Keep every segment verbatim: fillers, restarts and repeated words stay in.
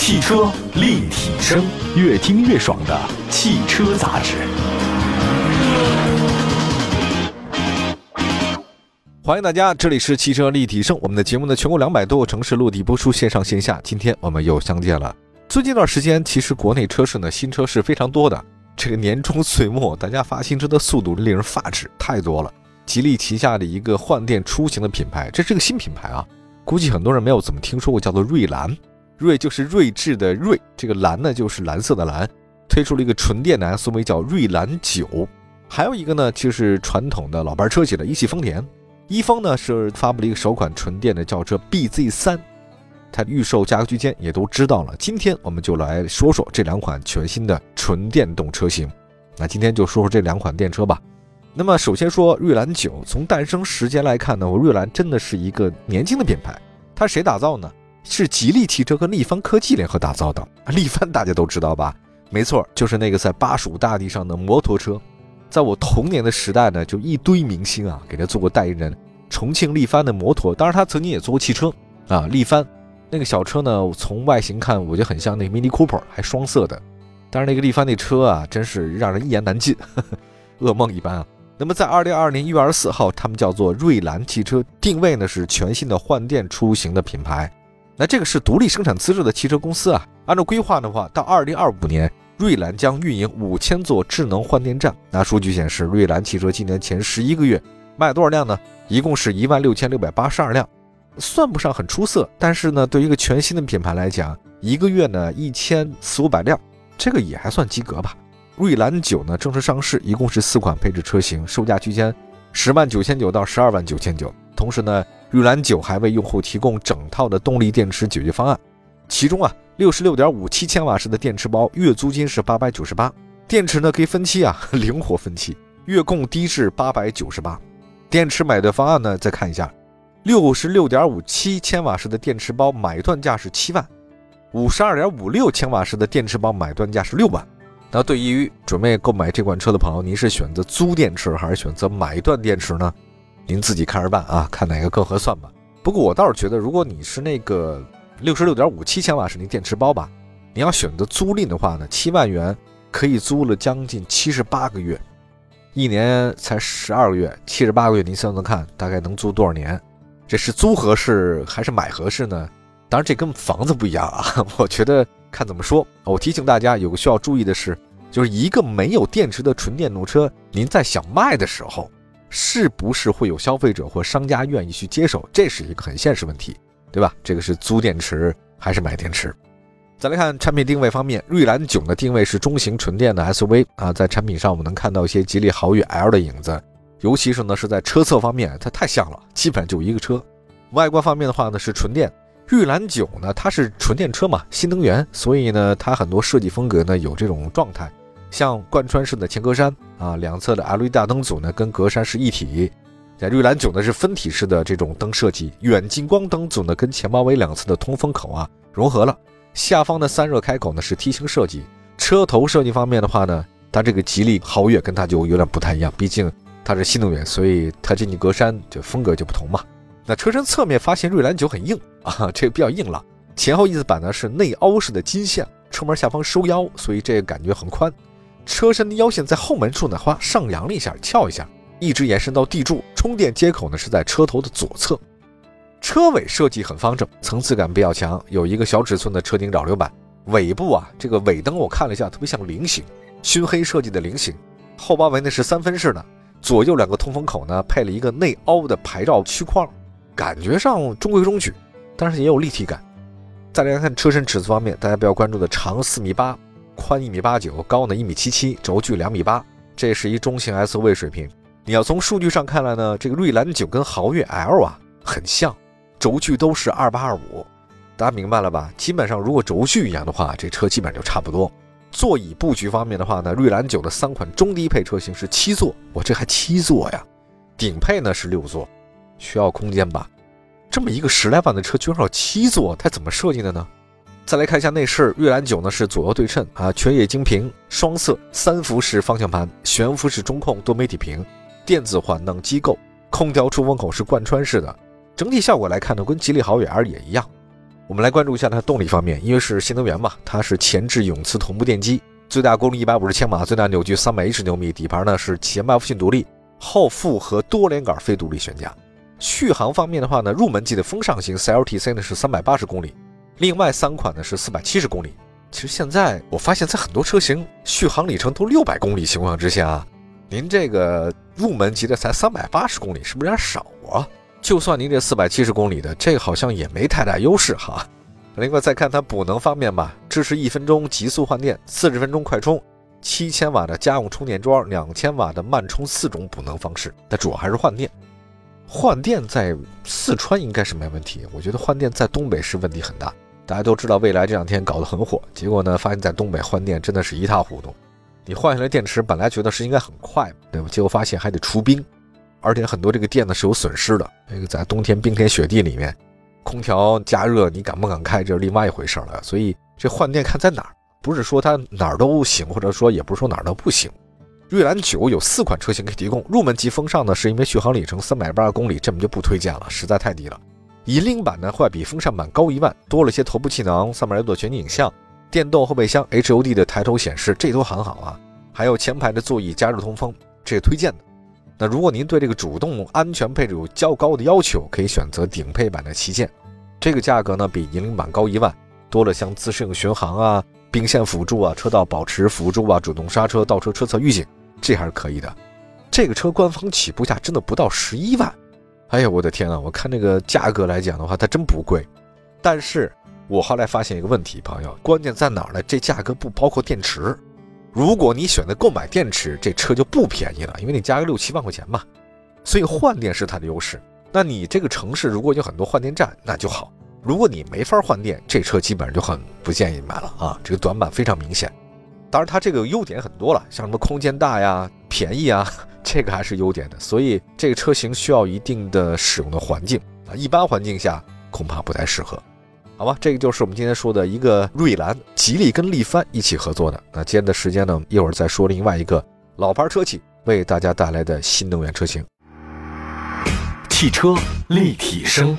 汽车立体声，越听越爽的汽车杂志。欢迎大家，这里是汽车立体声，我们的节目呢全国两百多个城市落地播出，线上线下。今天我们又相见了。最近一段时间，其实国内车市呢新车是非常多的。这个年终岁末，大家发新车的速度令人发指，太多了。吉利旗下的一个换电出行的品牌，这是个新品牌啊，估计很多人没有怎么听说过，叫做锐蓝。锐就是睿智的锐，这个蓝呢就是蓝色的蓝，推出了一个纯电的 S U V 叫锐蓝九。还有一个呢就是传统的老牌车企的一汽丰田。一丰呢是发布了一个首款纯电的轿车 B Z 三， 它预售价格区间也都知道了。今天我们就来说说这两款全新的纯电动车型。那今天就说说这两款电车吧。那么首先说锐蓝九，从诞生时间来看呢，锐蓝真的是一个年轻的品牌。它谁打造呢？是吉利汽车和力帆科技联合打造的。力帆大家都知道吧？没错，就是那个在巴蜀大地上的摩托车。在我童年的时代呢，就一堆明星啊给他做过代言人。重庆力帆的摩托，当然他曾经也做过汽车啊。力帆那个小车呢，从外形看我觉得很像那个 Mini Cooper， 还双色的。但是那个力帆那车啊，真是让人一言难尽，呵呵，噩梦一般啊。那么在二零二二年一月二十四号，他们叫做锐蓝汽车，定位呢是全新的换电出行的品牌。那这个是独立生产资质的汽车公司啊。按照规划的话，到二零二五年，锐蓝将运营五千座智能换电站。那数据显示，锐蓝汽车今年前十一个月卖多少辆呢？一共是一万六千六百八十二辆，算不上很出色，但是呢，对于一个全新的品牌来讲，一个月呢一千四五百辆，这个也还算及格吧。锐蓝九呢正式上市，一共是四款配置车型，售价区间十万九千九到十二万九千九。同时呢，锐蓝九还为用户提供整套的动力电池解决方案，其中啊 六十六点五七千瓦时的电池包，月租金是八百九十八，电池呢可以分期啊，灵活分期，月供低至八百九十八。电池买断方案呢，再看一下， 六十六点五七千瓦时的电池包买断价是七万， 五十二点五六千瓦时的电池包买断价是六万。那对于准备购买这款车的朋友，您是选择租电池还是选择买断电池呢？您自己看着办啊，看哪个更合算吧。不过我倒是觉得，如果你是那个 六十六点五七千瓦时那电池包吧，你要选择租赁的话呢，七万元可以租了将近七十八个月，一年才十二个月，七十八个月您算算看，大概能租多少年？这是租合适还是买合适呢？当然这跟房子不一样啊，我觉得看怎么说。我提醒大家有个需要注意的是，就是一个没有电池的纯电动车，您在想卖的时候，是不是会有消费者或商家愿意去接手，这是一个很现实问题，对吧？这个是租电池还是买电池。再来看产品定位方面，锐蓝九的定位是中型纯电的 S U V 啊，在产品上我们能看到一些吉利豪越 L 的影子，尤其是呢是在车侧方面，它太像了，基本上就一个车。外观方面的话呢是纯电，锐蓝九呢它是纯电车嘛，新能源，所以呢它很多设计风格呢有这种状态，像贯穿式的前格栅啊，两侧的 L E D 大灯组呢跟格栅是一体。在锐蓝九呢是分体式的这种灯设计，远近光灯组呢跟前包围两侧的通风口啊融合了。下方的散热开口呢是梯形设计。车头设计方面的话呢，它这个吉利豪越跟它就有点不太一样，毕竟它是新能源，所以它进去格栅就风格就不同嘛。那车身侧面发现锐蓝九很硬啊，这个比较硬了。前后翼子板呢是内凹式的金线，车门下方收腰，所以这个感觉很宽。车身的腰线在后门处呢花上扬了一下，翘一下，一直延伸到地柱。充电接口呢是在车头的左侧。车尾设计很方正，层次感比较强，有一个小尺寸的车顶扰流板。尾部啊，这个尾灯我看了一下，特别像菱形，熏黑设计的菱形。后包围呢是三分式的，左右两个通风口呢配了一个内凹的牌照区框，感觉上中规中矩，但是也有立体感。再来看车身尺寸方面，大家比较关注的长四米八，宽一米八九，高呢一米七七，轴距两米八，这是一中型 S U V 水平。你要从数据上看来呢，这个锐蓝九跟豪越 L 啊很像，轴距都是二八二五，大家明白了吧？基本上如果轴距一样的话，这车基本上就差不多。座椅布局方面的话呢，锐蓝九的三款中低配车型是七座，我这还七座呀，顶配呢是六座，需要空间吧？这么一个十来万的车居然有七座，它怎么设计的呢？再来看一下内饰，锐蓝九呢是左右对称啊，全液晶屏，双色三幅式方向盘，悬浮式中控多媒体屏，电子缓能机构，空调出风口是贯穿式的。整体效果来看呢，跟吉利豪越 L 也一样。 我们来关注一下它动力方面，因为是新能源嘛，它是前置永磁同步电机，最大功率一百五十千瓦，最大扭矩三百一十牛米，底盘呢是前麦弗逊独立，后复合多连杆非独立悬架。续航方面的话呢，入门级的风尚型 C L T C 呢是三百八十公里，另外三款呢是四百七十公里。其实现在我发现在很多车型续航里程都六百公里情况之下，您这个入门级的才三百八十公里，是不是有点少啊？就算您这四百七十公里的，这个好像也没太大优势哈。另外再看它补能方面吧，支持一分钟极速换电，四十分钟快充，七千瓦的家用充电桩，两千瓦的慢充，四种补能方式。它主要还是换电。换电在四川应该是没问题，我觉得换电在东北是问题很大。大家都知道蔚来这两天搞得很火，结果呢发现在东北换电真的是一塌糊涂。你换下来电池本来觉得是应该很快，对吧？结果发现还得除冰，而且很多这个电呢是有损失的。这个在冬天冰天雪地里面，空调加热你敢不敢开，这是另外一回事了。所以这换电看在哪儿，不是说它哪儿都行，或者说也不是说哪儿都不行。瑞兰九有四款车型可以提供，入门级风尚呢是因为续航里程三百八十公里，这么就不推荐了，实在太低了。引领版呢会比风尚版高一万，多了些头部气囊，三百六十度全景影像，电动后备箱 H O D 的抬头显示，这都很好啊。还有前排的座椅加热通风，这是推荐的。那如果您对这个主动安全配置有较高的要求，可以选择顶配版的旗舰，这个价格呢比引领版高一万，多了像自适应巡航啊、并线辅助啊、车道保持辅助啊、主动刹车、倒车车侧预警，这还是可以的。这个车官方起步价真的不到十一万。哎呀，我的天啊！我看这个价格来讲的话，它真不贵。但是我后来发现一个问题，朋友，关键在哪儿呢？这价格不包括电池。如果你选择购买电池，这车就不便宜了，因为你加个六七万块钱嘛。所以换电是它的优势。那你这个城市如果有很多换电站，那就好。如果你没法换电，这车基本上就很不建议买了啊，这个短板非常明显。当然它这个优点很多了，像什么空间大呀、便宜啊，这个还是优点的。所以这个车型需要一定的使用的环境啊，一般环境下恐怕不太适合。好吧，这个就是我们今天说的一个瑞兰，吉利跟力帆一起合作的。那今天的时间呢，一会儿再说另外一个老牌车企为大家带来的新能源车型。 汽车立体声。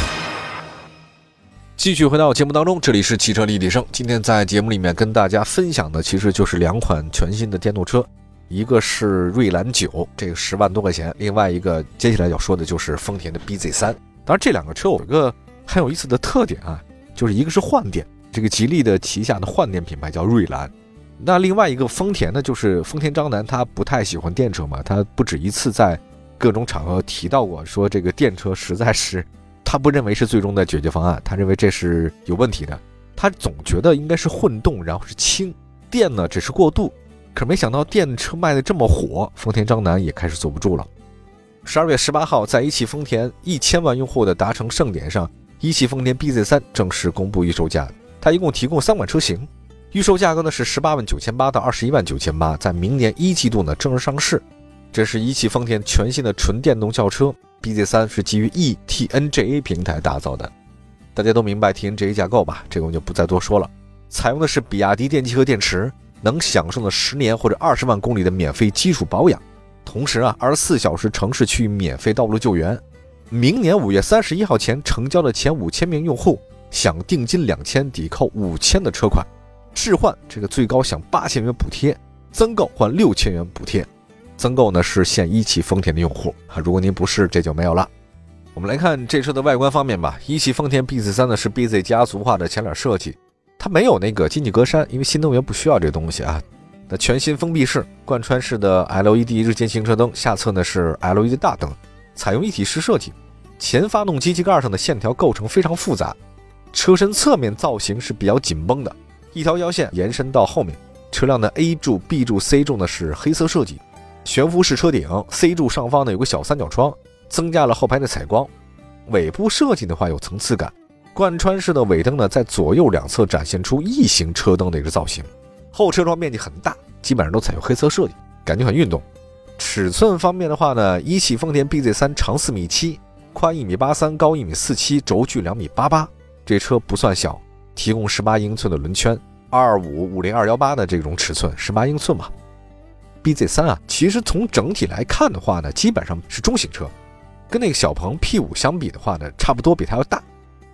继续回到节目当中，这里是汽车立体声。今天在节目里面跟大家分享的其实就是两款全新的电动车，一个是瑞兰九，这个十万多块钱，另外一个接下来要说的就是丰田的 B Z 三。当然这两个车有一个很有意思的特点啊，就是一个是换电，这个吉利的旗下的换电品牌叫瑞兰。那另外一个丰田呢，就是丰田章男他不太喜欢电车嘛，他不止一次在各种场合提到过，说这个电车实在是他不认为是最终的解决方案，他认为这是有问题的。他总觉得应该是混动，然后是轻，电呢只是过渡。可没想到电车卖的这么火，丰田章男也开始坐不住了。十二月十八号，在一汽丰田一千万用户的达成盛典上，一汽丰田 B Z 三正式公布预售价。它一共提供三款车型，预售价格呢是十八万九千八到二十一万九千八，在明年一季度呢正式上市。这是一汽丰田全新的纯电动轿车 B Z 三，是基于 E T N G A 平台打造的。大家都明白 T N G A 架构吧？这个我们就不再多说了。采用的是比亚迪电气和电池，能享受呢十年或者二十万公里的免费基础保养，同时啊，二十四小时城市区域免费道路救援。明年五月三十一号前成交的前五千名用户，享定金两千，抵扣五千的车款，置换这个最高享八千元补贴，增购换六千元补贴。增购呢是限一汽丰田的用户啊，如果您不是，这就没有了。我们来看这车的外观方面吧。一汽丰田 B Z 三呢是 B Z 家族化的前脸设计，它没有那个进气格栅，因为新能源不需要这东西啊。那全新封闭式贯穿式的 L E D 日间行车灯，下侧呢是 L E D 大灯，采用一体式设计。前发动机机盖上的线条构成非常复杂，车身侧面造型是比较紧绷的，一条腰线延伸到后面。车辆的 A 柱、B 柱、C 柱呢是黑色设计，悬浮式车顶 C 柱上方呢有个小三角窗，增加了后排的采光。尾部设计的话有层次感，贯穿式的尾灯呢在左右两侧展现出异形车灯的一个造型。后车窗面积很大，基本上都采用黑色设计，感觉很运动。尺寸方面的话呢，一汽丰田 B Z 三长四米七，宽一米八三，高一米四七，轴距两米八八，这车不算小，提供十八英寸的轮圈，二二五、五零、二一八的这种尺寸，十八英寸嘛。B Z 三啊，其实从整体来看的话呢，基本上是中型车，跟那个小鹏 P 五相比的话呢，差不多比它要大。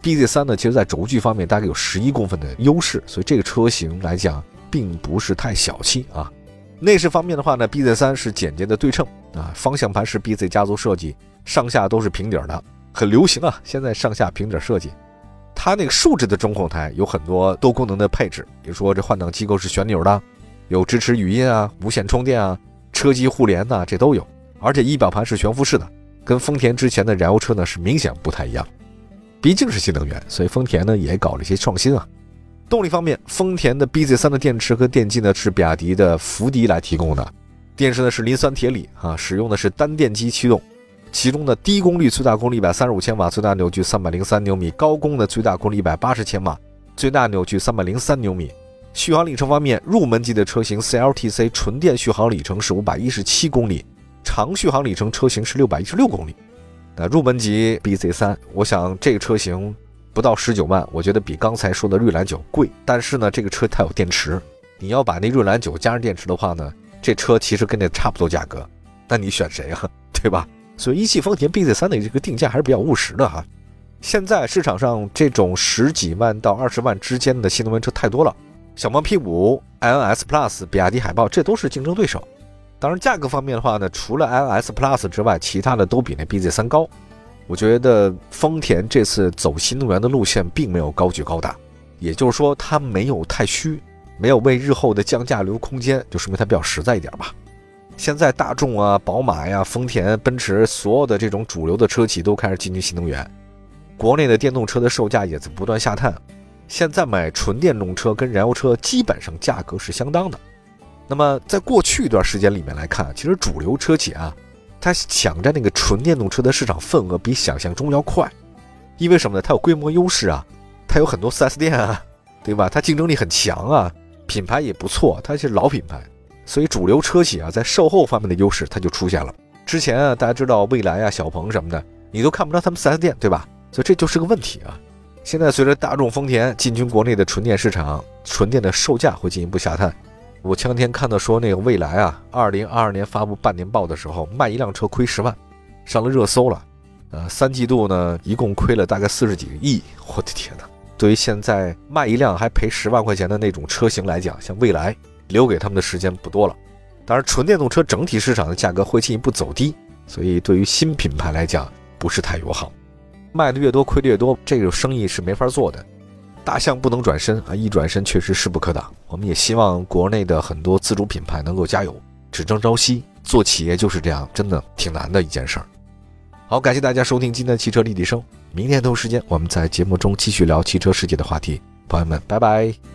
B Z 三 呢，其实在轴距方面大概有十一公分的优势，所以这个车型来讲并不是太小气啊。内饰方面的话呢 ，B Z 三 是简洁的对称啊，方向盘是 B Z 家族设计，上下都是平底的，很流行啊，现在上下平底设计。它那个竖置的中控台有很多多功能的配置，比如说这换挡机构是旋钮的，有支持语音啊、无线充电啊、车机互联啊，这都有。而且仪表盘是悬浮式的，跟丰田之前的燃油车呢是明显不太一样。毕竟是新能源，所以丰田呢也搞了一些创新啊。动力方面，丰田的 B Z 三 的电池和电机呢是比亚迪的福迪来提供的，电池呢是磷酸铁锂啊，使用的是单电机驱动。其中的低功率最大功率一百三十五千瓦，最大扭矩三百零三牛米，高功的最大功率一百八十千瓦，最大扭矩三百零三牛米。续航里程方面，入门级的车型 C L T C 纯电续航里程是五百一十七公里，长续航里程车型是六百一十六公里。那入门级 B Z 三， 我想这个车型不到十九万，我觉得比刚才说的锐兰九贵，但是呢这个车它有电池，你要把那锐兰九加上电池的话呢，这车其实跟那差不多价格，那你选谁啊？对吧？所以一汽丰田 B Z 三 的这个定价还是比较务实的哈。现在市场上这种十几万到二十万之间的新能源车太多了，小鹏 P 五、I N S Plus、比亚迪海豹，这都是竞争对手。当然价格方面的话呢，除了 I N S Plus 之外，其他的都比那 B Z 三 高。我觉得丰田这次走新能源的路线并没有高举高打，也就是说它没有太虚，没有为日后的降价留空间，就说明它比较实在一点吧。现在大众啊、宝马呀、丰田、奔驰所有的这种主流的车企都开始进军新能源，国内的电动车的售价也在不断下探。现在买纯电动车跟燃油车基本上价格是相当的。那么在过去一段时间里面来看，其实主流车企啊，它抢占那个纯电动车的市场份额比想象中要快。因为什么呢？它有规模优势啊，它有很多 四 S 店啊，对吧？它竞争力很强啊，品牌也不错，它是老品牌。所以主流车企啊，在售后方面的优势它就出现了。之前啊，大家知道蔚来啊、小鹏什么的，你都看不到他们 四 S 店，对吧？所以这就是个问题啊。现在随着大众、丰田进军国内的纯电市场，纯电的售价会进一步下探。我前两天看到说，那个蔚来啊，二零二二年发布半年报的时候，卖一辆车亏十万，上了热搜了。呃，三季度呢，一共亏了大概四十几个亿。我的天哪！对于现在卖一辆还赔十万块钱的那种车型来讲，像蔚来留给他们的时间不多了。当然，纯电动车整体市场的价格会进一步走低，所以对于新品牌来讲不是太友好。卖的越多，亏的越多，这个生意是没法做的。大象不能转身啊，一转身确实势不可挡。我们也希望国内的很多自主品牌能够加油，只争朝夕。做企业就是这样，真的挺难的一件事儿。好，感谢大家收听今天的汽车立体声。明天同一时间，我们在节目中继续聊汽车世界的话题。朋友们，拜拜。